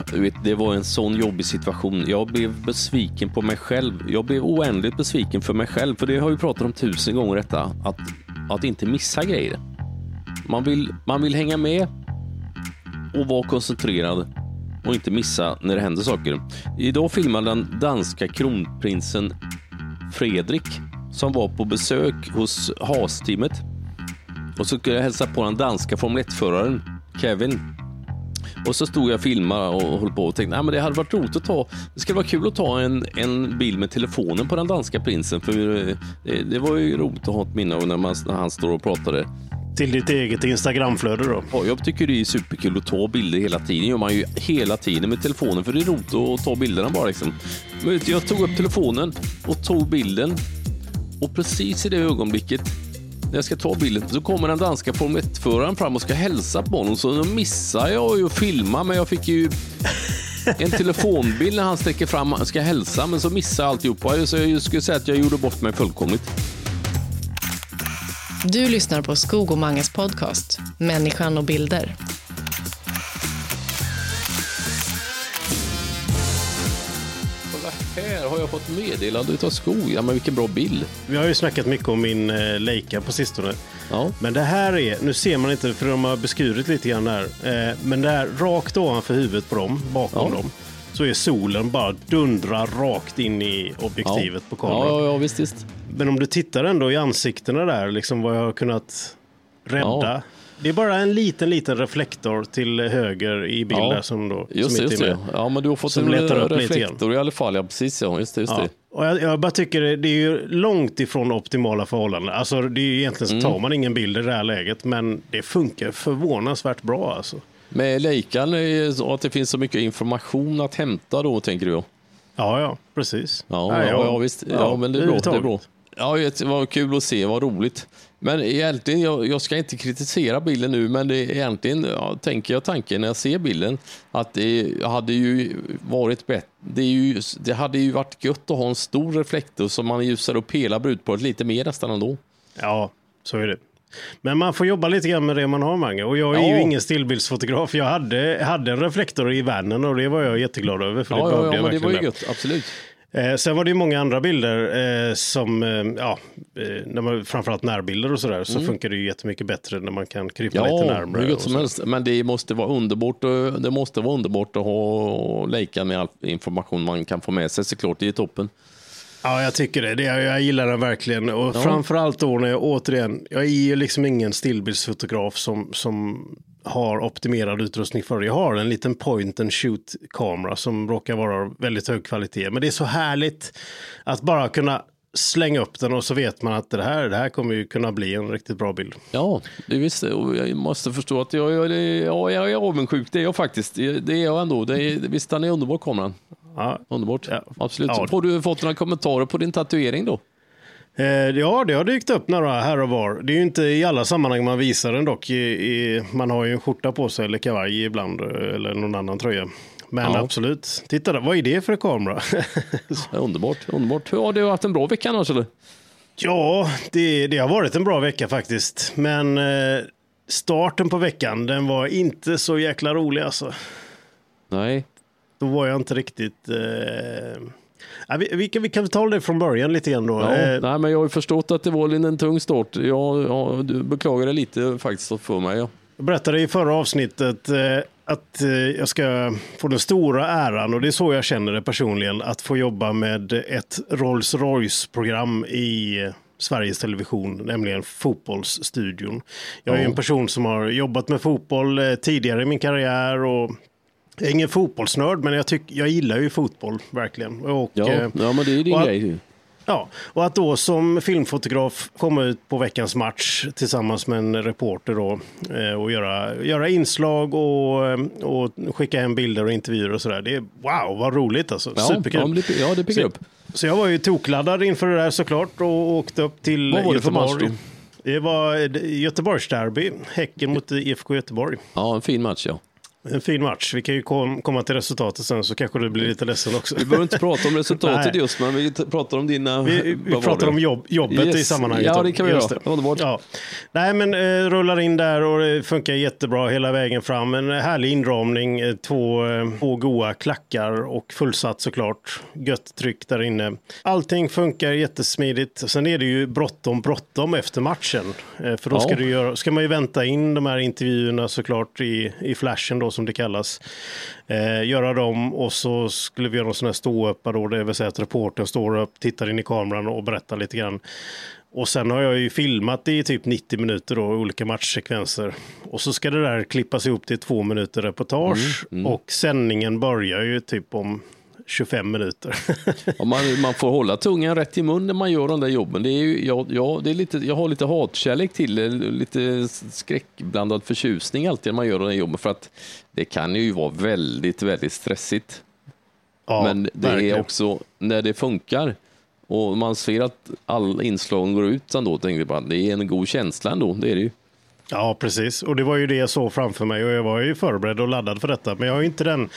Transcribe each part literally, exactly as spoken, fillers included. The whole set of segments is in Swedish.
du vet, det var en sån jobbig situation. Jag blev besviken på mig själv. Jag blev oändligt besviken för mig själv. För det har vi pratat om tusen gånger detta. Att, att inte missa grejer. Man vill, man vill hänga med och vara koncentrerad och inte missa när det händer saker. Idag filmade den danska kronprinsen Fredrik som var på besök hos Haas-teamet. Och så skulle jag hälsa på den danska Formel ett-föraren Kevin. Och så stod jag och filmade och höll på och tänkte, nej men det hade varit roligt att ta, det skulle vara kul att ta en, en bild med telefonen på den danska prinsen, för det, det var ju roligt att ha ett minne när, man, när han står och pratade. Till ditt eget Instagramflöde då? Ja, jag tycker det är superkul att ta bilder hela tiden. Det gör man ju hela tiden med telefonen, för det är roligt att ta bilderna bara liksom. Men jag tog upp telefonen och tog bilden, och precis i det ögonblicket när jag ska ta bilden så kommer den danska Formel ett-föraren fram och ska hälsa på honom. Så då missar jag ju att filma, men jag fick ju en telefonbild när han sträcker fram och ska hälsa, men så missar jag alltihopa. Så jag skulle säga att jag gjorde bort mig fullkomligt. Du lyssnar på Skog och Manges podcast, Människan och bilder. Här har jag fått meddelande utav Skog. Ja, men vilken bra bild. Vi har ju snackat mycket om min eh, Leica på sistone. Ja. Men det här är, nu ser man inte för de har beskurit lite grann här. Eh, men det här rakt ovanför huvudet på dem, bakom ja. dem, så är solen bara dundrar rakt in i objektivet ja. på kameran. Ja, ja, visst, visst. Men om du tittar ändå i ansiktena där, liksom vad jag har kunnat rädda. Ja. Det är bara en liten, liten reflektor till höger i bilden ja. som då just som det, just det. Ja, men du har fått som en upp reflektor i alla fall. Ja, precis. Ja, just det, just ja. det. Och jag, jag bara tycker det är ju långt ifrån optimala förhållanden. Alltså det är ju egentligen så mm. tar man ingen bild i det här läget, men det funkar förvånansvärt bra alltså. Med Leican är så att det finns så mycket information att hämta då, tänker du? Ja, ja, precis. Ja, Nej, ja, ja, ja visst. Ja, ja, men det är bra. Det är bra. Ja, det var kul att se, vad roligt. Men egentligen, jag, jag ska inte kritisera bilden nu, men det är egentligen, ja, tänker jag tanken när jag ser bilden, att det hade ju varit bättre. Det, är ju, det hade ju varit gött att ha en stor reflektor som man ljusar upp hela brudparet lite mer nästan ändå. Ja, så är det. Men man får jobba lite grann med det man har, Mange. Och jag är ja. ju ingen stillbildsfotograf. Jag hade, hade en reflektor i vannen och det var jag jätteglad över. För ja, det, ja, ja, jag men det var ju gött, absolut. Eh, sen var det ju många andra bilder eh, som, eh, ja, eh, när man, framförallt närbilder och sådär, så mm. funkar det ju jättemycket bättre när man kan krypa ja, lite närmare. Ja, som helst. Men det måste vara underbart, det måste vara underbart att ha Leica med all information man kan få med sig, såklart, det är toppen. Ja, jag tycker det. det jag gillar den verkligen. Och ja. framförallt då när jag återigen, jag är ju liksom ingen stillbildsfotograf som, som har optimerad utrustning för det. Jag har en liten point and shoot kamera som råkar vara väldigt hög kvalitet. Men det är så härligt att bara kunna slänga upp den och så vet man att det här, det här kommer ju kunna bli en riktigt bra bild. Ja, det visste och jag måste förstå att jag, jag, jag, jag är avundsjuk. Det är jag faktiskt. Det är jag ändå. Det är, visst, den är underbar kameran. Ja. Underbart. Ja. Absolut. Ja. Har du fått några kommentarer på din tatuering då? Eh, ja, det har dykt upp några här och var. Det är ju inte i alla sammanhang man visar den dock. I, i, man har ju en skjorta på sig eller kavaj ibland eller någon annan tröja. Men ja. absolut. Titta där, vad är det för kamera? Ja, underbart, underbart. Har du haft en bra vecka annars eller? Ja, det, det har varit en bra vecka faktiskt. Men eh, starten på veckan, den var inte så jäkla rolig alltså. Nej. Då var jag inte riktigt... Eh... Ja, vi, vi, kan, vi kan ta det från början lite grann då. Ja, eh... nej, men jag har förstått att det var en tung start. Jag, jag du beklagar det lite faktiskt för mig. Ja. Jag berättade i förra avsnittet eh, att eh, jag ska få den stora äran, och det är så jag känner det personligen, att få jobba med ett Rolls-Royce-program i eh, Sveriges Television, nämligen Fotbollsstudion. Jag är ja. en person som har jobbat med fotboll eh, tidigare i min karriär, och jag är ingen fotbollsnörd, men jag, tyck, jag gillar ju fotboll, verkligen. Och, ja, eh, ja, men det är din att, grej. Ja, och att då som filmfotograf komma ut på veckans match tillsammans med en reporter då, eh, och göra, göra inslag och, och skicka hem bilder och intervjuer och sådär. Det är wow, vad roligt alltså. Ja, superkul. Ja, det pickar upp. Så jag var ju tokladdad inför det där såklart och åkte upp till vad var det Göteborg. för match då? Det var Göteborgs derby, Häcken mot I F K Göteborg. Ja, en fin match, ja. En fin match. Vi kan ju kom, komma till resultatet sen så kanske du blir lite ledsen också. Vi behöver inte prata om resultatet just, men vi pratar om dina... Vi, vi pratar om jobb, jobbet yes. i sammanhanget. Ja, det kan vi just göra. Det. Det. Ja. Nej, men eh, rullar in där och det funkar jättebra hela vägen fram. En härlig inramning, eh, två, eh, två goa klackar och fullsatt såklart. Gött tryck där inne. Allting funkar jättesmidigt. Sen är det ju bråttom, bråttom efter matchen. Eh, för då ska, ja. du göra, ska man ju vänta in de här intervjuerna såklart i, i flashen då som det kallas. Eh, göra dem och så skulle vi göra en sån här stå-uppa då, det vill säga att reportern står upp, tittar in i kameran och berättar lite grann. Och sen har jag ju filmat i typ nittio minuter då, olika matchsekvenser. Och så ska det där klippas ihop till två minuter reportage mm, mm. och sändningen börjar ju typ om tjugofem minuter. Ja, man, man får hålla tungan rätt i mun när man gör de där jobben. Det är ju, jag, jag, det är lite, jag har lite hatkärlek till det, lite skräckblandad förtjusning alltid när man gör de där jobben, för att det kan ju vara väldigt, väldigt stressigt. Ja, men det verkligen. Är också när det funkar och man ser att alla inslagen går ut ändå, tänker jag bara, det är en god känsla ändå, det är det ju. Ja, precis. Och det var ju det jag såg framför mig och jag var ju förberedd och laddad för detta, men jag har ju inte den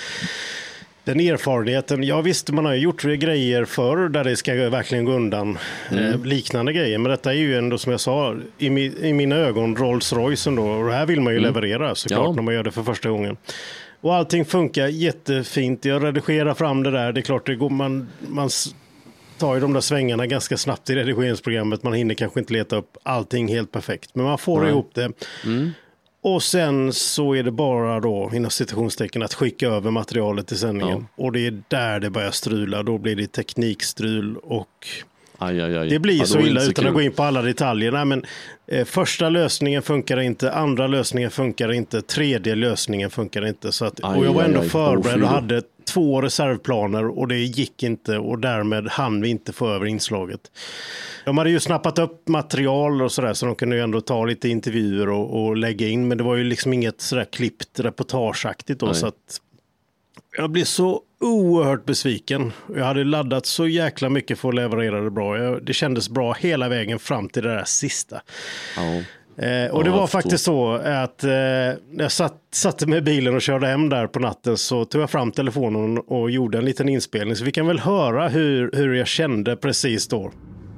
Den erfarenheten, jag visste man har gjort grejer förr där det ska verkligen gå undan mm. eh, liknande grejer, men detta är ju ändå som jag sa i, mi, i mina ögon Rolls Royce ändå, och det här vill man ju mm. leverera såklart ja. När man gör det för första gången. Och allting funkar jättefint, jag redigerar fram det där, det är klart det går, man, man tar ju de där svängarna ganska snabbt i redigeringsprogrammet, man hinner kanske inte leta upp allting helt perfekt, men man får mm. ihop det. Mm. Och sen så är det bara då, inom citationstecken, att skicka över materialet till sändningen. Ja. Och det är där det börjar strula. Då blir det teknikstrul och aj, aj, aj. det blir ja, så illa så utan kul. Att gå in på alla detaljer. Nej, men, eh, första lösningen funkar inte, andra lösningen funkar inte, tredje lösningen funkar inte. Så att, aj, och jag var ändå aj, aj. förberedd och hade två reservplaner och det gick inte och därmed hann vi inte få över inslaget. De hade ju snappat upp material och sådär så de kunde ju ändå ta lite intervjuer och, och lägga in, men det var ju liksom inget sådär klippt reportageaktigt då. Nej. Så att jag blev så oerhört besviken. Jag hade laddat så jäkla mycket för att leverera det bra. Jag, det kändes bra hela vägen fram till det där sista. Ja. Eh, och det var faktiskt så att eh, när jag satt, satte mig i bilen och körde hem där på natten så tog jag fram telefonen och gjorde en liten inspelning. Så vi kan väl höra hur, hur jag kände precis då.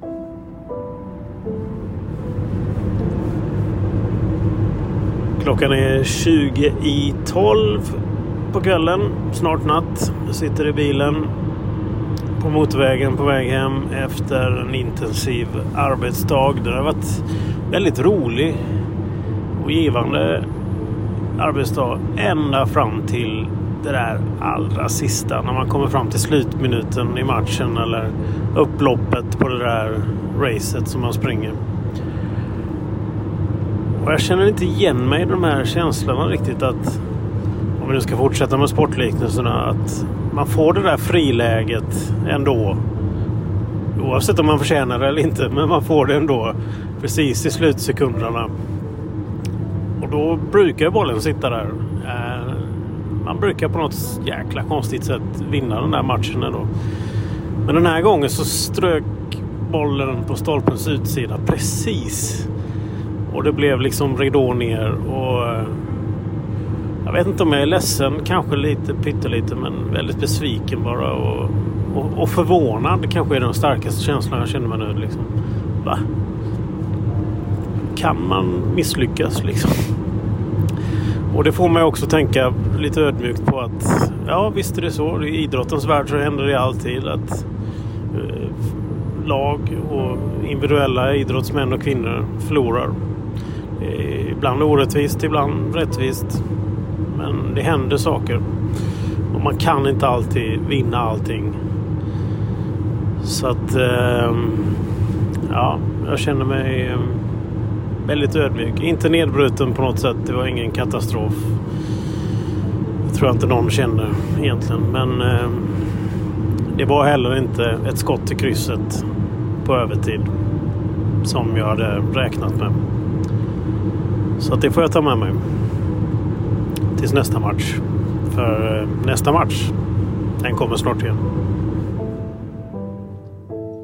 Klockan är tjugo i tolv på kvällen, snart natt. Jag sitter i bilen på motorvägen på väg hem efter en intensiv arbetsdag. Det har varit väldigt rolig och givande arbetsdag ända fram till det där allra sista. När man kommer fram till slutminuten i matchen eller upploppet på det där racet som man springer. Och jag känner inte igen mig i de här känslorna riktigt, att om vi nu ska fortsätta med sportliknelserna, att man får det där friläget ändå. Oavsett om man förtjänar det eller inte, men man får det ändå precis i slutsekunderna. Och då brukar bollen sitta där. Man brukar på något jäkla konstigt sätt vinna den där matchen ändå. Men den här gången så strök bollen på stolpens utsida precis. Och det blev liksom ridå ner och jag vet inte om jag är ledsen, kanske lite pyttelite, men väldigt besviken bara och, och, och förvånad kanske är den starkaste känslan jag känner mig nu liksom. Va? Kan man misslyckas liksom? Och det får mig också tänka lite ödmjukt på att ja, visst är det så, i idrottens värld så händer det alltid att eh, lag och individuella idrottsmän och kvinnor förlorar. Ibland orättvist, ibland rättvist. Men det händer saker. Och man kan inte alltid vinna allting. Så att eh, ja, jag känner mig eh, väldigt ödmjuk. Inte nedbruten på något sätt. Det var ingen katastrof. Det tror jag inte någon känner egentligen. Men eh, det var heller inte ett skott i krysset på övertid som jag hade räknat med. Så att det får jag ta med mig tills nästa match. För nästa match, den kommer snart igen.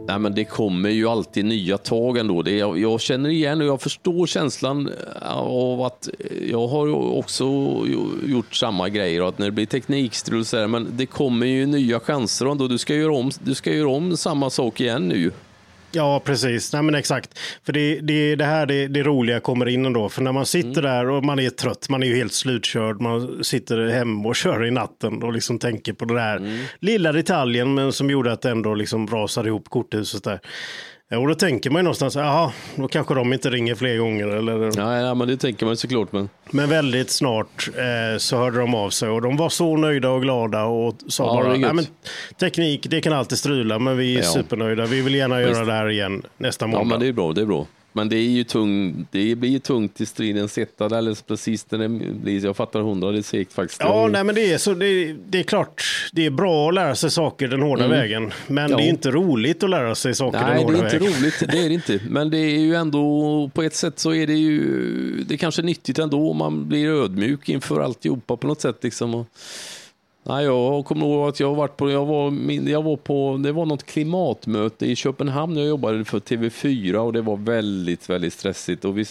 Nej, men det kommer ju alltid nya tag ändå. Det jag, jag känner igen och jag förstår känslan av att jag har också gjort samma grejer och att när det blir teknikstrul så här, men det kommer ju nya chanser och då du ska göra om, du ska göra om samma sak igen nu. Ja, precis. Nej, men exakt. För det, det, det här det, det roliga kommer in ändå. För när man sitter mm. där och man är trött, man är ju helt slutkörd. Man sitter hemma och kör i natten och liksom tänker på det där mm. lilla detaljen, men som gjorde att det ändå liksom rasade ihop korthuset där. Och då tänker man ju någonstans, jaha, då kanske de inte ringer fler gånger. Eller... Nej, nej, men det tänker man såklart. Men, men väldigt snart eh, så hörde de av sig och de var så nöjda och glada och sa ja, bara, nej men teknik, det kan alltid strula, men vi är ja. supernöjda. Vi vill gärna göra det här igen nästa måndag. Ja, men det är bra, det är bra. Men det är ju tung, det blir ju tungt i striden sätta eller precis när det blir, jag fattar hundra, det är segt faktiskt. Ja, nej men det är så, det, det är klart, det är bra att lära sig saker den hårda mm. vägen, men ja. det är inte roligt att lära sig saker nej, den hårda vägen. Nej, det är inte roligt, det är det inte, men det är ju ändå, på ett sätt så är det ju, det är kanske nyttigt ändå om man blir ödmjuk inför alltihopa på något sätt liksom. Och, nej, jag kommer ihåg att jag har varit på, jag var, jag var på, det var något klimatmöte i Köpenhamn. Jag jobbade för T V fyra och det var väldigt, väldigt stressigt. Och vi,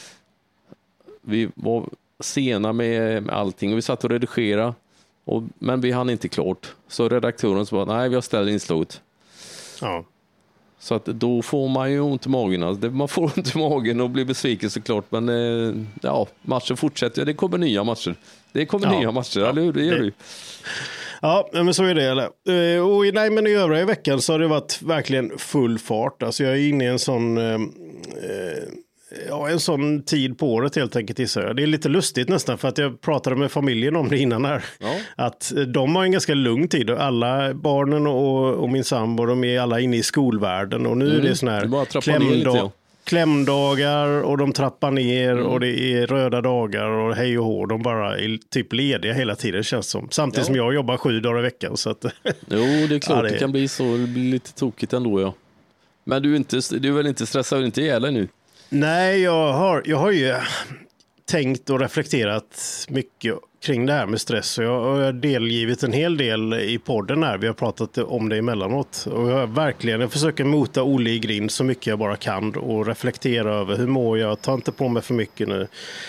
vi var sena med, med allting och vi satt och redigerade. Och, men vi hann inte klart. Så redaktören sa, nej, vi har ställt inslaget. Ja. Så att då får man ju ont i magen. Alltså. Man får ont i magen och blir besviken såklart. Men eh, ja, matchen fortsätter. Det kommer nya matcher. Det kommer ja. nya matcher, eller hur? Det gör det ju. Ja, men så är det. Eller? Och nej, men i övriga veckan så har det varit verkligen full fart. Alltså jag är inne i en sån... Eh, ja, en sån tid på året helt enkelt i Sverige. Det är lite lustigt nästan för att jag pratade med familjen om det innan här. Ja. Att de har en ganska lugn tid och alla barnen och, och min sambo, de är alla inne i skolvärlden och nu mm. är det sån här klämdag, klämdagar och de trappar ner mm. och det är röda dagar och hej och hår. De bara är typ lediga hela tiden känns som. Samtidigt ja. som jag jobbar sju dagar i veckan. Så att jo, det är klart ja, det... det kan bli så. Det blir lite tokigt ändå, ja. Men du är, inte, du är väl inte stressad, inte ihjäl nu? Nej, jag har, jag har ju tänkt och reflekterat mycket kring det här med stress. Och jag har delgivit en hel del i podden här. Vi har pratat om det emellanåt. Och jag verkligen jag försöker mota Olle i grind så mycket jag bara kan. Och reflektera över hur mår jag. Ta inte på mig för mycket nu.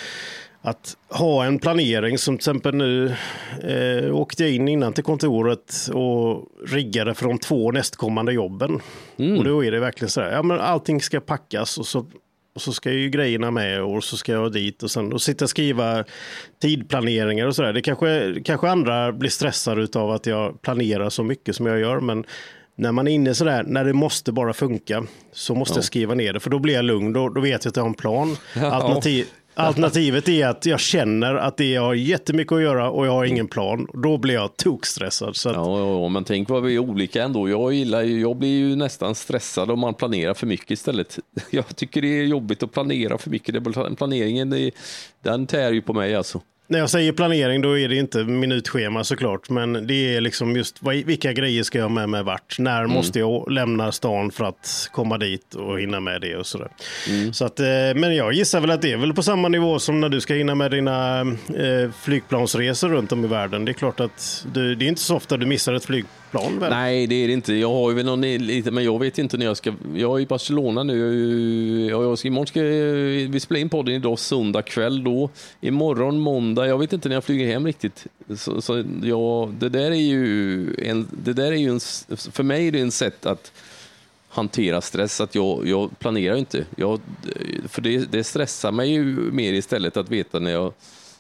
Att ha en planering som till exempel nu eh, åkte jag in innan till kontoret och riggade för de två nästkommande jobben. Mm. Och då är det verkligen så här. Ja, men allting ska packas och så Och så ska ju grejerna med och så ska jag dit och sen och sitta och skriva tidplaneringar och sådär. Det kanske, kanske andra blir stressade utav att jag planerar så mycket som jag gör. Men när man är inne sådär, när det måste bara funka så måste ja. jag skriva ner det. För då blir jag lugn, då, då vet jag att jag har en plan. Ja. Alternativ, alternativet är att jag känner att det har jättemycket att göra och jag har ingen plan. Då blir jag tokstressad. Så att... ja, ja, men tänk vad vi är olika ändå. Jag gillar ju, jag blir ju nästan stressad om man planerar för mycket istället. Jag tycker det är jobbigt att planera för mycket. Det, planeringen, det, den tär ju på mig alltså. När jag säger planering då är det inte minutschema såklart, men det är liksom just vad, vilka grejer ska jag med mig vart? När mm. måste jag lämna stan för att komma dit och hinna med det och sådär. Mm. Så att, men jag gissar väl att det är väl på samma nivå som när du ska hinna med dina eh, flygplansresor runt om i världen. Det är klart att du, det är inte så ofta du missar ett flygplan. Väl? Nej, det är det inte. Jag har ju väl någon lite, men jag vet inte när jag ska. Jag är i Barcelona nu. Jag, jag ska, imorgon ska vi spela in podden idag söndag kväll då. Imorgon måndag. Jag vet inte när jag flyger hem riktigt. Så, så jag, det där är ju en, det där är ju en, för mig är det en sätt att hantera stress att jag, jag planerar inte. Jag, för det, det stressar mig ju mer istället att veta när jag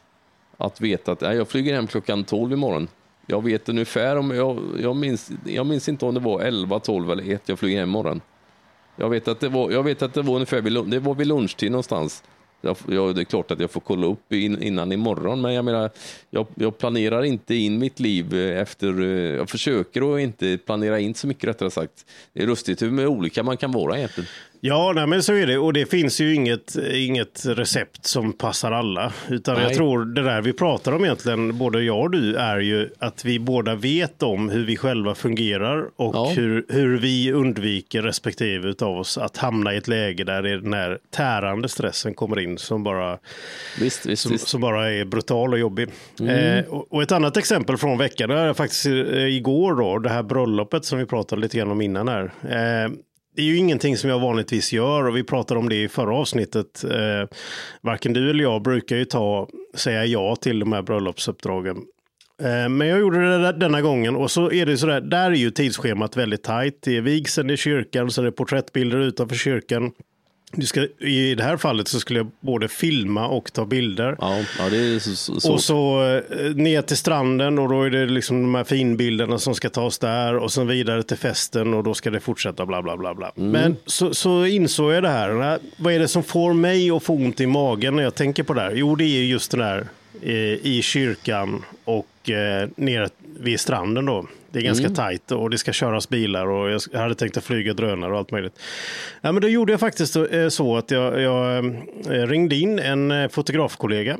att veta att nej, jag flyger hem klockan tolv imorgon. Jag vet ungefär om jag, jag minns jag minns inte om det var elva, tolv eller ett jag flyger hem imorgon. Jag vet att det var jag vet att det var ungefär vid, det var vid lunchtid någonstans. Jag, jag, det är klart att jag får kolla upp in, innan imorgon, men jag menar jag, jag planerar inte in mitt liv efter, jag försöker att inte planera in så mycket rättare sagt. Det är lustigt hur olika man kan vara egentligen. Ja, nej, men så är det. Och det finns ju inget, inget recept som passar alla. Utan nej. Jag tror det där vi pratar om egentligen, både jag och du, är ju att vi båda vet om hur vi själva fungerar och ja. hur, hur vi undviker respektive utav oss att hamna i ett läge där den här tärande stressen kommer in som bara, visst, visst, som, visst. som bara är brutal och jobbig. Mm. Eh, och, och ett annat exempel från veckan, det är faktiskt eh, igår då, det här bröllopet som vi pratade lite grann om innan här. Eh, det är ju ingenting som jag vanligtvis gör och vi pratade om det i förra avsnittet. Eh, varken du eller jag brukar ju ta, säga ja till de här bröllopsuppdragen. Eh, men jag gjorde det denna gången och så är det sådär, där är ju tidsschemat väldigt tajt. Det är vigseln i kyrkan, så är det porträttbilder utanför kyrkan. Du ska, i det här fallet så skulle jag både filma och ta bilder. Ja, ja det är så, så. Och så eh, ner till stranden och då är det liksom de här finbilderna som ska tas där och sen vidare till festen och då ska det fortsätta bla bla bla bla. Mm. Men så, så insåg jag det här. Vad är det som får mig att få ont i magen när jag tänker på det här? Jo, det är just det där eh, i kyrkan och eh, ner vid stranden då. Det är ganska mm. tajt och det ska köras bilar och jag hade tänkt att flyga drönare och allt möjligt. Ja, men då gjorde jag faktiskt så att jag, jag ringde in en fotografkollega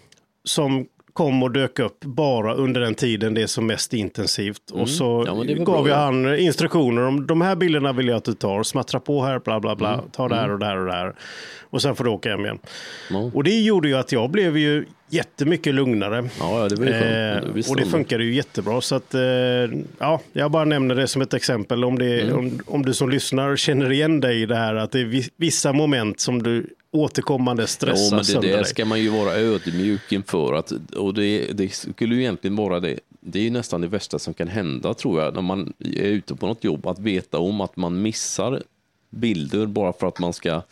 som kom och dök upp bara under den tiden det är som mest intensivt. Mm. Och så ja, gav jag han instruktioner om de här bilderna vill jag att du tar. Smattra på här, bla bla bla. Mm. Ta det här och det här och det här. Och sen får du åka hem igen. Mm. Och det gjorde ju att jag blev ju jättemycket lugnare. Ja, det var ju skönt. Eh, och det funkade ju jättebra. Så att, eh, ja, jag bara nämner det som ett exempel. Om, det, mm. om, om du som lyssnar känner igen dig i det här. Att det är vissa moment som du återkommande stressar ja, men det där ska man ju vara ödmjuk inför. Att, och det, det skulle ju egentligen vara det. Det är ju nästan det värsta som kan hända, tror jag, när man är ute på något jobb. Att veta om att man missar bilder bara för att man ska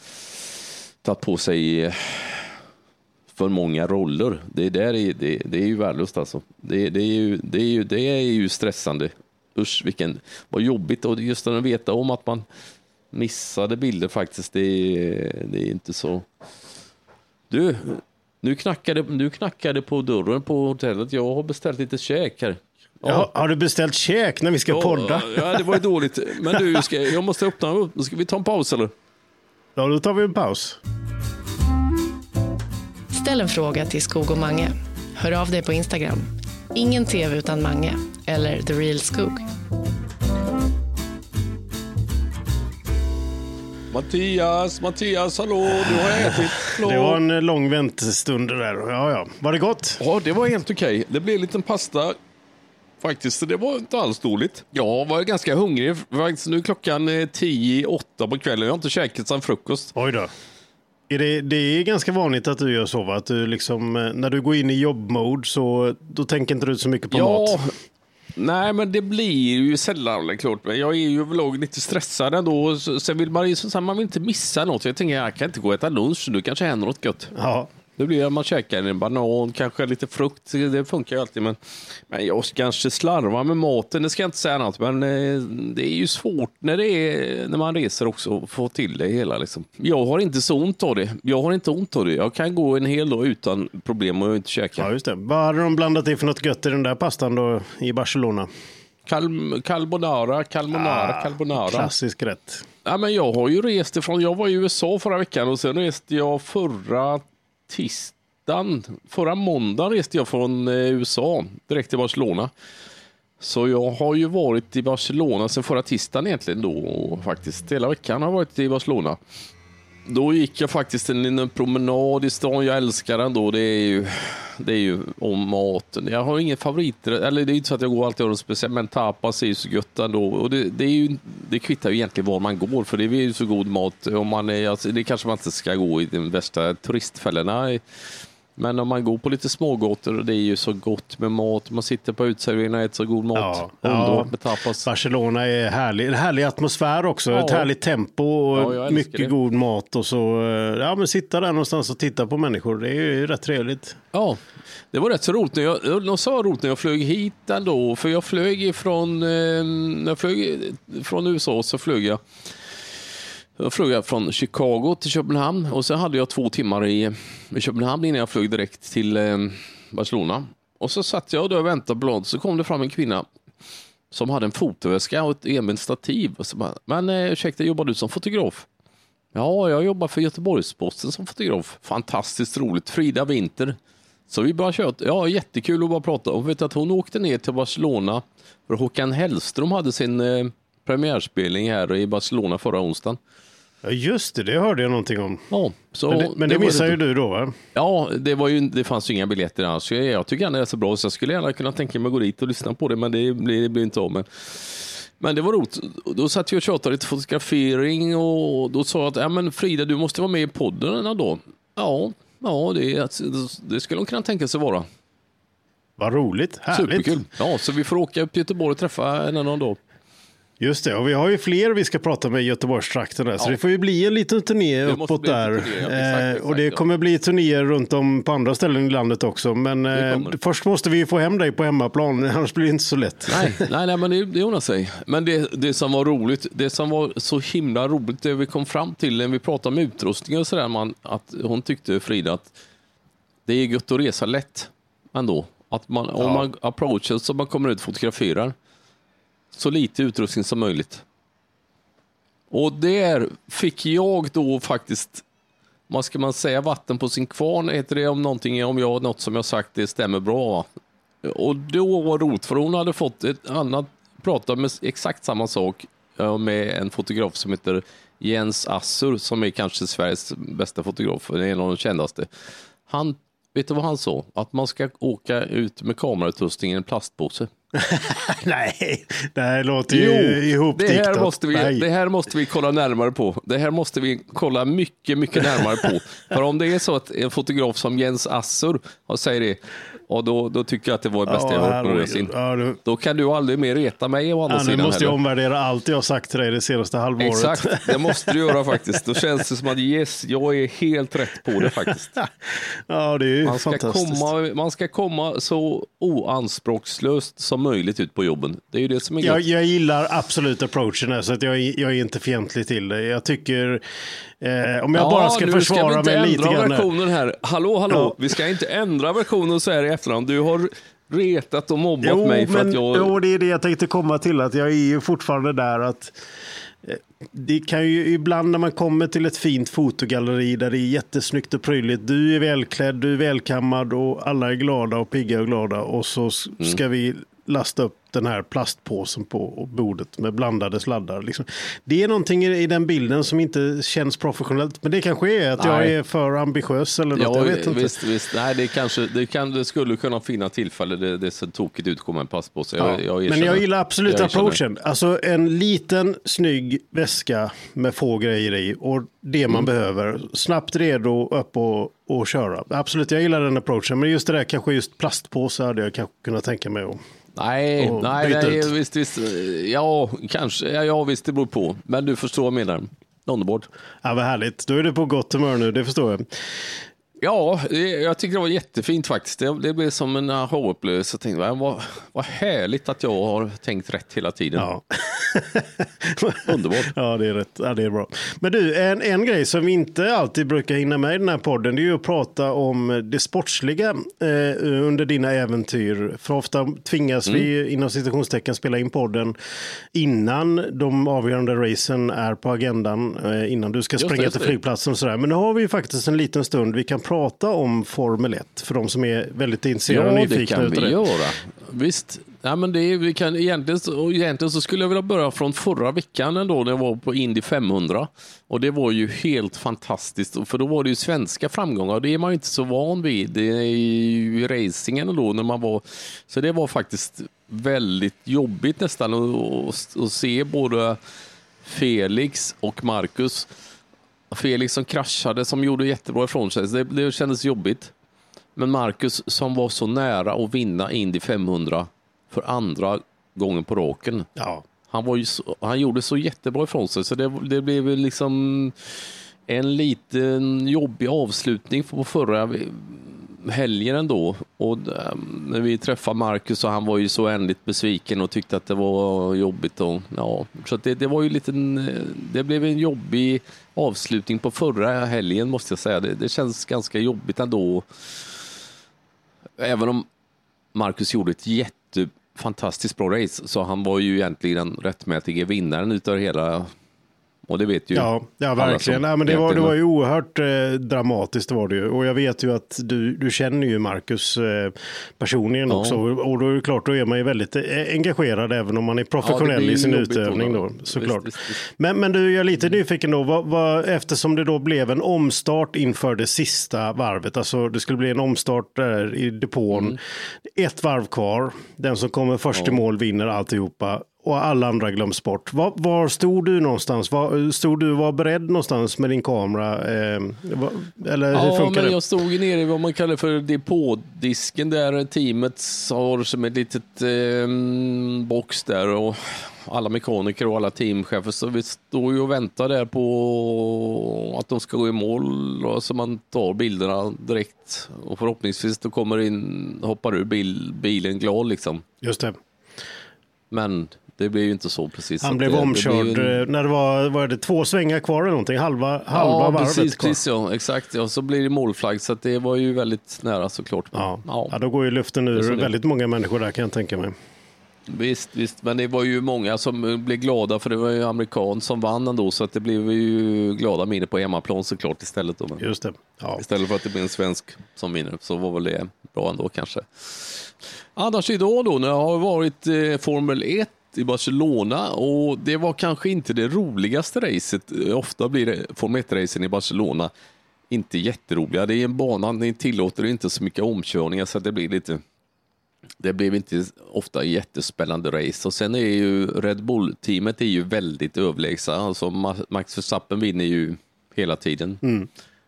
ta på sig för många roller. Det, där är, det, det är ju värdelöst alltså. Det, det, är ju, det, är ju, det är ju stressande. Usch, vilken, vad jobbigt. Och just att veta om att man missade bilder faktiskt, det är, det är inte så. Du, nu knackade, nu knackade på dörren på hotellet. Jag har beställt lite käk här. Ja. Ja, har du beställt käk när vi ska ja, podda? Ja, det var ju dåligt. Men du, ska, jag måste öppna. Ska vi ta en paus eller? Ja, då tar vi en paus. Ställ en fråga till Skog och Mange. Hör av dig på Instagram. Ingen tv utan Mange. Eller The Real Skog. Mattias, Mattias, hallå, du har ätit. Hallå. Det var en lång väntestund där. Ja, ja. Var det gott? Ja, det var helt okej. Det blev en liten pasta. Faktiskt, det var inte alls dåligt. Jag var ganska hungrig. Faktiskt, nu är klockan tio, åtta på kvällen. Jag har inte käkat sedan frukost. Oj då. Är det, det är ganska vanligt att du gör så, va? Att du liksom, när du går in i jobbmode så då tänker inte du så mycket på ja, mat. Nej, men det blir ju sällan klart. Men jag är ju överlag lite stressad ändå. Sen vill man ju så man vill inte missa något. Jag tänker, jag kan inte gå och äta lunch. Nu kanske händer något gött. Ja. Det blir att man käkar en banan, kanske lite frukt. Det funkar ju alltid. Men, men jag kanske slarvar med maten. Det ska jag inte säga något. Men eh, det är ju svårt när, det är, när man reser också att få till det hela. Liksom. Jag har inte så ont av det. Jag har inte ont av det. Jag kan gå en hel dag utan problem och inte käka. Ja, just det. Vad hade de blandat i för något gött i den där pastan då i Barcelona? Cal- carbonara, carbonara, ah, carbonara. Klassisk rätt. Ja, men jag har ju rest ifrån, jag var i U S A förra veckan och sen reste jag förra tisdagen, förra måndagen reste jag från U S A direkt till Barcelona. Så jag har ju varit i Barcelona sen förra tisdagen egentligen då faktiskt. Hela veckan har jag varit i Barcelona. Då gick jag faktiskt en liten promenad i stan. Jag älskar den då. Det är ju, det är ju om maten. Jag har ingen favoriter. Eller det är inte så att jag går alltid och speciellt. Men tapas är ju så gött ändå. Och det, det, är ju, det kvittar ju egentligen var man går. För det är ju så god mat. Om man är, alltså, det kanske man inte ska gå i de värsta turistfällorna. Men om man går på lite smågåtor, det är ju så gott med mat. Man sitter på utserveringen och äter så god mat. Ja, ja. Med tapas. Barcelona är härlig. En härlig atmosfär också. Ja. Ett härligt tempo och ja, mycket det. God mat. Och så, ja, men sitta där någonstans och titta på människor. Det är ju rätt trevligt. Ja, det var rätt så roligt. När jag, jag sa roligt när jag flög hit ändå. För jag flög ifrån, när jag flög från U S A så flög jag. Jag flög från Chicago till Köpenhamn och sen hade jag två timmar i, i Köpenhamn innan jag flög direkt till eh, Barcelona. Och så satt jag och då väntade på något, så kom det fram en kvinna som hade en fotoväska och ett enbent stativ. Och så bara, men eh, ursäkta, jobbar du som fotograf? Ja, jag jobbar för Göteborgs-Posten som fotograf. Fantastiskt roligt. Frida Winter. Så vi bara kört. Ja, jättekul att bara prata om. Vet att hon åkte ner till Barcelona för Håkan Hellström hade sin eh, premiärspelning här i Barcelona förra onsdagen. Ja, just det, det hörde jag någonting om. Ja, så men det, men det, det missade ju du då, va? Ja, det, var ju, det fanns ju inga biljetter alls. Jag, jag tycker att det är så bra så jag skulle gärna kunna tänka mig att gå dit och lyssna på det, men det blir, det blir inte av. Men, Men det var roligt. Då satt jag och tjatade lite fotografering och då sa jag att ja, men Frida, du måste vara med i podden då. Ja, ja det, det skulle hon kunna tänka sig vara. Vad roligt, härligt. Superkul. Ja, så vi får åka upp till Göteborg och träffa en annan dag. Just det, och vi har ju fler vi ska prata med i Göteborgstrakten där, ja. Så det får ju bli en liten turné det uppåt där. Turné, ja. Exakt, exakt, och det ja. kommer bli turnéer runt om på andra ställen i landet också. Men eh, först måste vi få hem dig på hemmaplan, annars blir det inte så lätt. Nej, nej, nej men det, det ordnar sig. Men det, det som var roligt, det som var så himla roligt, det vi kom fram till när vi pratade om utrustning och sådär, man, att hon tyckte, Frida, att det är gött att resa lätt ändå. Att man, ja. om man approachar så man kommer ut och fotograferar så lite utrustning som möjligt. Och där fick jag då faktiskt, vad ska man säga, vatten på sin kvarn heter det om någonting, om jag något som jag sagt det stämmer bra. Och då var roligt för hon hade fått ett annat, prata med exakt samma sak med en fotograf som heter Jens Assur, som är kanske Sveriges bästa fotograf, en av de kändaste. Han, vet du vad han sa? Att man ska åka ut med kamerautrustning i en plastpåse. Nej, det här låter ju ihopdiktat. Det här, måste vi, det här måste vi kolla närmare på. Det här måste vi kolla mycket, mycket närmare på. För om det är så att en fotograf som Jens Assur säger det, och då, då tycker jag att det var det bästa ja, jag hört någonsin. Ja, du... Då kan du aldrig mer reta mig å andra ja, sidan. Nu måste heller. jag omvärdera allt jag har sagt till dig det senaste halvåret. Exakt, det måste du göra faktiskt. Då känns det som att yes, jag är helt rätt på det faktiskt. Ja, det är ju man ska fantastiskt. Komma, man ska komma så oanspråkslöst som möjligt ut på jobben. Det är ju det som är jag, gott. jag gillar absolut approachen här, så att jag, jag är inte fientlig till det. Jag tycker, eh, om jag ja, bara ska försvara ska mig lite grann. Versionen här. Hallå, hallå, ja. Vi ska inte ändra versionen så här i efterhand. Du har retat och mobbat jo, mig för men, att jag... Jo, det är det jag tänkte komma till, att jag är ju fortfarande där att det kan ju ibland när man kommer till ett fint fotogalleri där det är jättesnyggt och prydligt, du är välklädd, du är välkammad och alla är glada och pigga och glada, och så ska mm. vi lasta upp den här plastpåsen på bordet med blandade sladdar. Liksom. Det är någonting i den bilden som inte känns professionellt, men det kanske är att Nej. jag är för ambitiös eller något, ja, jag vet inte. Visst, visst. Nej, det, kanske, det, kan, det skulle kunna finna tillfälle det, det så tokigt utkomma en plastpåse. Jag, ja. jag men jag gillar absolut jag approachen. Alltså en liten snygg väska med få grejer i och det man mm. behöver. Snabbt redo, upp och, och köra. Absolut, jag gillar den approachen, men just det där, kanske just plastpåse hade jag kanske kunnat tänka mig om. Nej, nej, nej visst, visst, ja, kanske, ja, ja, visst, det beror på. Men du förstår vad jag menar. Underbart. Ja, vad härligt. Då är du på gott humör nu, det förstår jag. Ja, jag tycker det var jättefint faktiskt. Det, det blev som en aha-upplevelse. Jag tänkte, vad, vad härligt att jag har tänkt rätt hela tiden. Ja. Underbart. Ja, det är rätt. Ja, det är bra. Men du, en, en grej som vi inte alltid brukar hinna med i den här podden, det är ju att prata om det sportsliga eh, under dina äventyr. För ofta tvingas mm. vi inom citationstecken spela in podden innan de avgörande racen är på agendan, eh, innan du ska just springa det, till flygplatsen och sådär. Men nu har vi ju faktiskt en liten stund vi kan prata om Formel ett för de som är väldigt intresserade och nyfikna. Ja, det kan vi göra. Visst. Ja, men det, vi kan, egentligen, och egentligen så skulle jag vilja börja från förra veckan ändå, när jag var på Indy femhundra. Och det var ju helt fantastiskt, för då var det ju svenska framgångar, och det är man ju inte så van vid. Det är ju racingen då när man var, så det var faktiskt väldigt jobbigt nästan att, att se både Felix och Marcus. Felix som kraschade, som gjorde jättebra ifrån sig, det, det kändes jobbigt. Men Marcus som var så nära att vinna Indy femhundra för andra gången på raken. Ja. Han, var ju så, han gjorde så jättebra ifrån sig, så det, det blev liksom en liten jobbig avslutning på förra helgen ändå. Och när vi träffade Marcus, och han var ju så ändligt besviken och tyckte att det var jobbigt. Och, ja, så det, det var ju lite, det blev en jobbig avslutning på förra helgen, måste jag säga. Det, det känns ganska jobbigt ändå. Även om Marcus gjorde ett jättefantastiskt bra race, så han var ju egentligen den rättmätiga vinnaren utav hela. Och det vet ju. Ja, ja verkligen. Nej, men det, var, det var ju oerhört eh, dramatiskt, det var det ju. Och jag vet ju att du, du känner ju Marcus eh, personligen ja. också. Och då är det klart, då är man ju väldigt eh, engagerad även om man är professionell ja, i sin utövning då, såklart. Visst, visst, visst. Men, men du, jag är lite nyfiken då. Vad, vad, eftersom det då blev en omstart inför det sista varvet. Alltså det skulle bli en omstart där i depån. Mm. Ett varv kvar. Den som kommer först ja. i mål vinner alltihopa. och alla andra glöms bort. Var, var stod du någonstans? Var, stod du var beredd någonstans med din kamera? Eh, var, eller hur ja, funkar men det? jag stod ju nere i vad man kallar för depådisken där teamet har som ett litet eh, box där och alla mekaniker och alla teamchefer, så vi står ju och väntar där på att de ska gå i mål och så man tar bilderna direkt och förhoppningsvis då kommer in, hoppar ur bil, bilen glad liksom. Just det. Men det blev ju inte så precis. Han blev det, omkörd det blev en... när det var, var det två svängar kvar eller någonting, halva, halva ja, varvet precis, kvar. precis, ja, exakt. Ja, så blir det målflagg så att det var ju väldigt nära såklart. Ja. Ja. Ja, då går ju luften ur väldigt många människor där kan jag tänka mig. Visst, visst, men det var ju många som blev glada för det var ju amerikan som vann ändå så att det blev ju glada miner på hemmaplan såklart istället då. Just det. Ja. Istället för att det blir en svensk som vinner så var väl det bra ändå kanske. Annars idag då när jag har varit eh, Formel ett i Barcelona och det var kanske inte det roligaste racet. Ofta blir det Formel ett-racen i Barcelona inte jätteroliga. Det är en bana, ni tillåter inte så mycket omkörningar så att det blir lite det blev inte ofta jättespännande race. Och sen är ju Red Bull-teamet är ju väldigt överlägsna. Alltså Max Verstappen vinner ju hela tiden. Mm.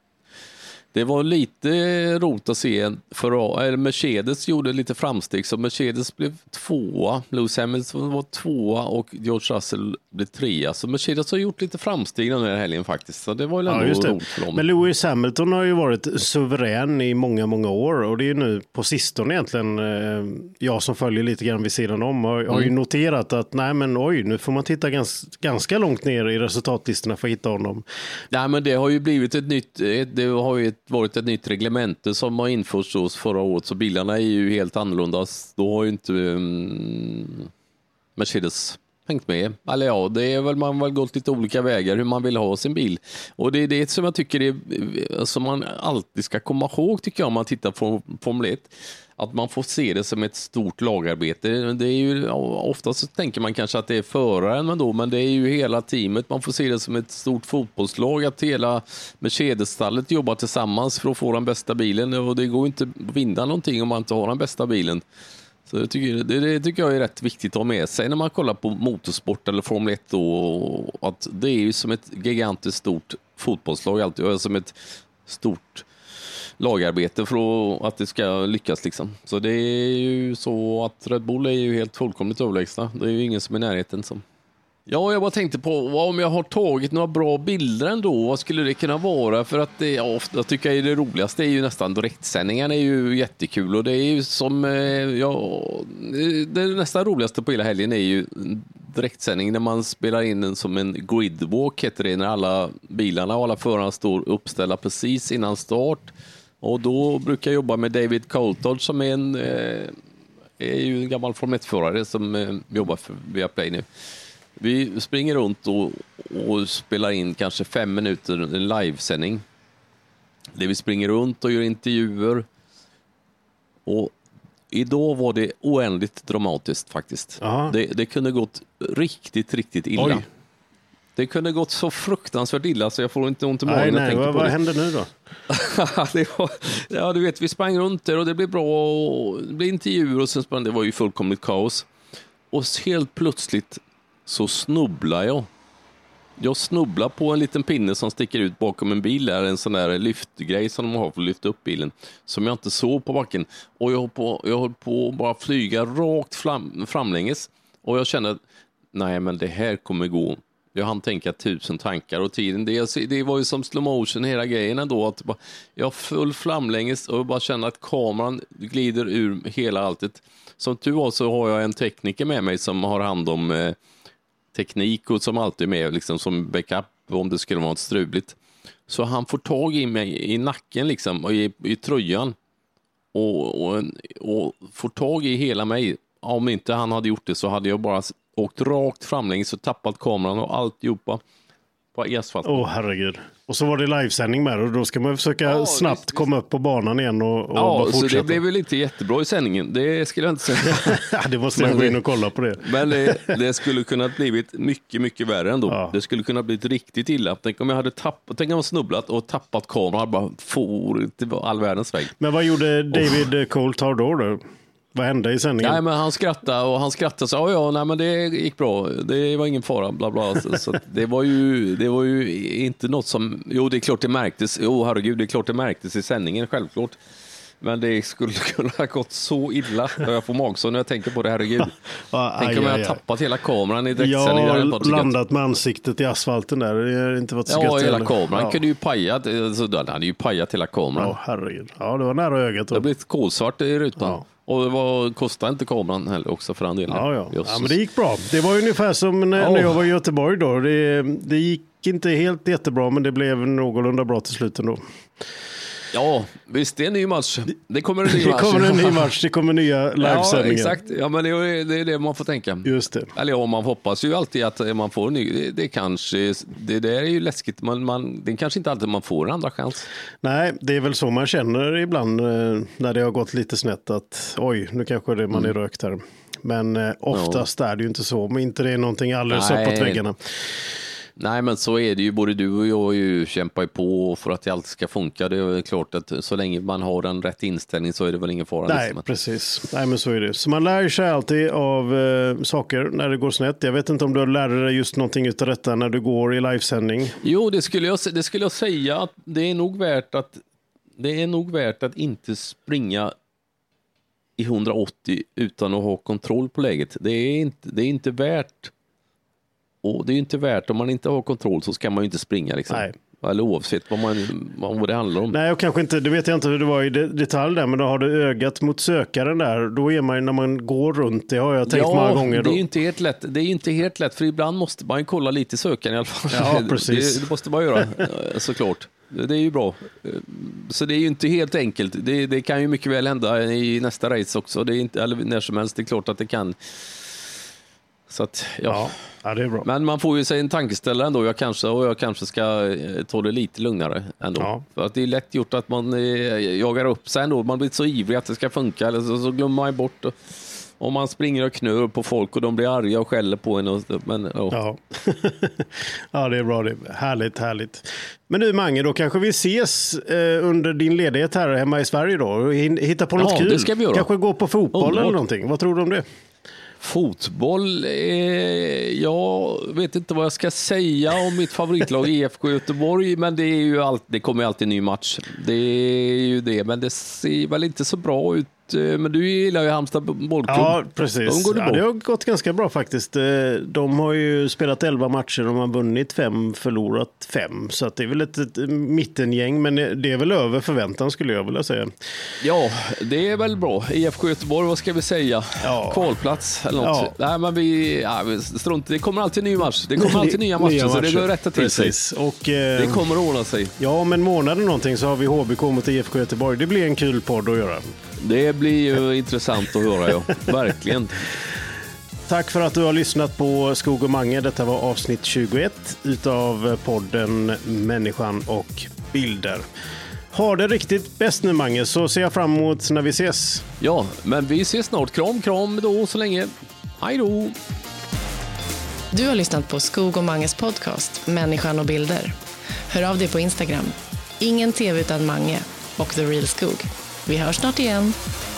Det var lite roligt att se för Mercedes gjorde lite framsteg så Mercedes blev tvåa, Lewis Hamilton var tvåa och George Russell blev trea. Så Mercedes har gjort lite framsteg den här helgen faktiskt. Så det var ju ändå ja, roligt för dem. Men Lewis Hamilton har ju varit suverän i många, många år och det är nu på sistone egentligen jag som följer lite grann vid sidan om har, mm. har ju noterat att nej men oj, nu får man titta gans, ganska långt ner i resultatlistorna för att hitta honom. Nej men det har ju blivit ett nytt, det har ju ett varit ett nytt reglemente som har införts hos förra året så bilarna är ju helt annorlunda. Då har ju inte um, Mercedes hängt med. Eller ja, det är väl man har väl gått lite olika vägar hur man vill ha sin bil. Och det är det som jag tycker är som man alltid ska komma ihåg tycker jag om man tittar på Formel ett. Att man får se det som ett stort lagarbete. Det är ju, ofta så tänker man kanske att det är föraren, men, då, men det är ju hela teamet. Man får se det som ett stort fotbollslag, att hela Mercedes-stallet jobbar tillsammans för att få den bästa bilen. Och det går inte att vinna någonting om man inte har den bästa bilen. Så jag tycker, det, det tycker jag är rätt viktigt att ha med sig när man kollar på motorsport eller Formel ett. Då, att det är ju som ett gigantiskt stort fotbollslag alltid, som ett stort lagarbete för att det ska lyckas liksom. Så det är ju så att Red Bull är ju helt fullkomligt överlägsna. Det är ju ingen som är i närheten som. Ja, jag bara tänkte på om jag har tagit några bra bilder ändå, vad skulle det kunna vara? För att det ja, ofta tycker jag det roligaste är ju nästan direktsändningarna är ju jättekul och det är ju som ja, det nästan roligaste på hela helgen är ju direktsändning när man spelar in den som en gridwalk heter det, när alla bilarna och alla förarna står uppställda precis innan start. Och då brukar jag jobba med David Coulthard som är en eh, är ju en gammal Formel ett-förare som eh, jobbar för Viaplay nu. Vi springer runt och, och spelar in kanske fem minuter en livesändning. Där vi springer runt och gör intervjuer. Och idag var det oändligt dramatiskt faktiskt. Det, det kunde gått riktigt, riktigt illa. Oj. Det kunde gått så fruktansvärt illa så jag får inte ont i magen. Nej, nej, vad, vad hände nu då? det var, ja, du vet, vi sprang runt där och det blev bra och det blev intervjuer och sen sprang, det var ju fullkomligt kaos. Och helt plötsligt så snubblar jag. Jag snubblar på en liten pinne som sticker ut bakom en bil där, en sån där lyftgrej som de har för att lyfta upp bilen som jag inte såg på backen. Och jag höll på, jag höll på att bara flyga rakt fram, framlänges och jag kände nej men det här kommer gå. Jag hann tänka tusen tankar och tiden, det, det var ju som slow motion hela grejen ändå, att bara, jag full framlänges och bara känner att kameran glider ur hela alltet. Som tur var så har jag en tekniker med mig som har hand om eh, teknik och som alltid är med liksom, som backup om det skulle vara något struligt. Så han får tag i mig i nacken liksom, och i, i tröjan och, och, och får tag i hela mig. Om inte han hade gjort det så hade jag bara åkt rakt framlänges och tappat kameran och alltihopa på asfalten. Åh oh, herregud. Och så var det livesändning med och då ska man försöka ja, snabbt visst, komma upp på banan igen och, och ja, bara fortsätta. Så det blev väl inte jättebra i sändningen. Det skulle jag inte säga. Det måste jag gå in och kolla på det. Men det, det skulle kunna blivit mycket, mycket värre ändå. Ja. Det skulle kunna blivit riktigt illa. Tänk om jag hade tappat, tänk om jag snubblat och tappat kameran bara for till all världens väg. Men vad gjorde David oh. Coulthard då då? Vad hände i sändningen? Nej, men han skrattade och han skrattade så, ja, ja, nej, men det gick bra. Det var ingen fara, bla bla. Så, så det var ju, det var ju inte något som, jo, det är klart det märktes. Jo, herregud, det är klart det märktes i sändningen, självklart. Men det skulle kunna ha gått så illa. Jag får magsår när jag tänker på det, herregud. Ja, tänk om jag har tappat hela kameran i direktsändning. Jag har landat med ansiktet i asfalten där. Det har inte varit så ja, gött hela heller. kameran Ja. kunde ju pajat. Så den hade ju pajat hela kameran. Ja, herregud. Ja, det var nära ögat. Det har blivit kolsvart i rutan. Ja. Och det var, kostade inte kameran heller också för en del. Ja, ja. ja, men det gick bra. Det var ungefär som när, Ja. när jag var i Göteborg då. Det, det gick inte helt jättebra, men det blev någorlunda bra till slut ändå. Ja, visst, det är en ny match. Det kommer en ny Det match. kommer en ny match, det kommer nya livesändningar. Ja, exakt. Ja, men det är, det är det man får tänka. Just det. Eller ja, man hoppas ju alltid att man får en ny. Det, det kanske, det där är ju läskigt. Man, man, det är kanske inte alltid man får en andra chans. Nej, det är väl så man känner ibland eh, när det har gått lite snett att oj, nu kanske det man är Mm. rökt här. Men eh, oftast ja. är det ju inte så, men inte det är någonting alldeles Nej. uppåt väggarna. Nej, men så är det ju. Både du och jag ju kämpar ju på för att det alltid ska funka. Det är klart att så länge man har en rätt inställning så är det väl ingen fara. Nej, liksom. precis. Nej, men så är det. Så man lär sig alltid av eh, saker när det går snett. Jag vet inte om du lärde dig just någonting utav detta när du går i livesändning. Jo, det skulle jag, det skulle jag säga att det är nog värt att det är nog värt att inte springa i hundraåttio utan att ha kontroll på läget. Det är inte, det är inte värt. Och det är ju inte värt, om man inte har kontroll så ska man ju inte springa liksom. Nej. Eller oavsett vad, man, vad det handlar om. Nej, och kanske inte, det vet jag inte hur det var i detalj där, men då har du ögat mot sökaren där. Då är man ju, när man går runt, det har jag tänkt ja, många gånger. det Då. är ju inte helt lätt. Det är ju inte helt lätt, för ibland måste man ju kolla lite i sökaren i alla fall. Ja, precis. Det, det måste man göra, såklart. Det är ju bra. Så det är ju inte helt enkelt. Det, det kan ju mycket väl hända i nästa race också. Det är inte, eller när som helst, det är klart att det kan. Så att, ja. Ja, ja, det är bra. Men man får ju sig en tankeställare ändå. Jag kanske, och jag kanske ska ta det lite lugnare ändå. Ja. För att det är lätt gjort att man eh, jagar upp sig ändå. Man blir så ivrig att det ska funka. Eller så, så glömmer man bort. Och, om man springer och knör på folk och de blir arga och skäller på en. Och, men, oh. Ja. Ja, det är bra. Det är härligt, härligt. Men du Mange, då kanske vi ses eh, under din ledighet här hemma i Sverige då. Och hitta på något Ja, kul. det ska vi göra. Kanske gå på fotboll Underbart. eller någonting. Vad tror du om det? Fotboll, eh, jag vet inte vad jag ska säga om mitt favoritlag E F K Göteborg, men det är ju allt, det kommer alltid en ny match. Det är ju det, men det ser väl inte så bra ut. Men du gillar ju Halmstad bollklubb. Ja, precis. De går det, ja, det har gått ganska bra faktiskt. De har ju spelat elva matcher, de har vunnit fem, förlorat fem. Så att det är väl ett, ett mittengäng, men det är väl över förväntan skulle jag vilja säga. Ja, det är väl bra. E F K Göteborg, vad ska vi säga? Ja. Kvalplats eller något. Ja. Nej, men vi, ja, vi strunt, det kommer alltid ny match. Det kommer alltid nya matcher, nya matcher. Så det går rätta till precis. sig. Och, eh, det kommer att ordna sig. Ja, om en månad eller någonting så har vi H B K mot E F K Göteborg. Det blir en kul podd att göra. Det blir ju intressant att höra, ja. Verkligen. Tack för att du har lyssnat på Skog och Mange. Detta var avsnitt tjugoett utav podden Människan och bilder. Ha det riktigt bäst nu Mange, så ser jag fram emot när vi ses. Ja, men vi ses snart. Kram, kram då så länge. Hej då! Du har lyssnat på Skog och Manges podcast Människan och bilder. Hör av dig på Instagram. Ingen T V utan Mange och The Real Skog. Vi hörs snart igen.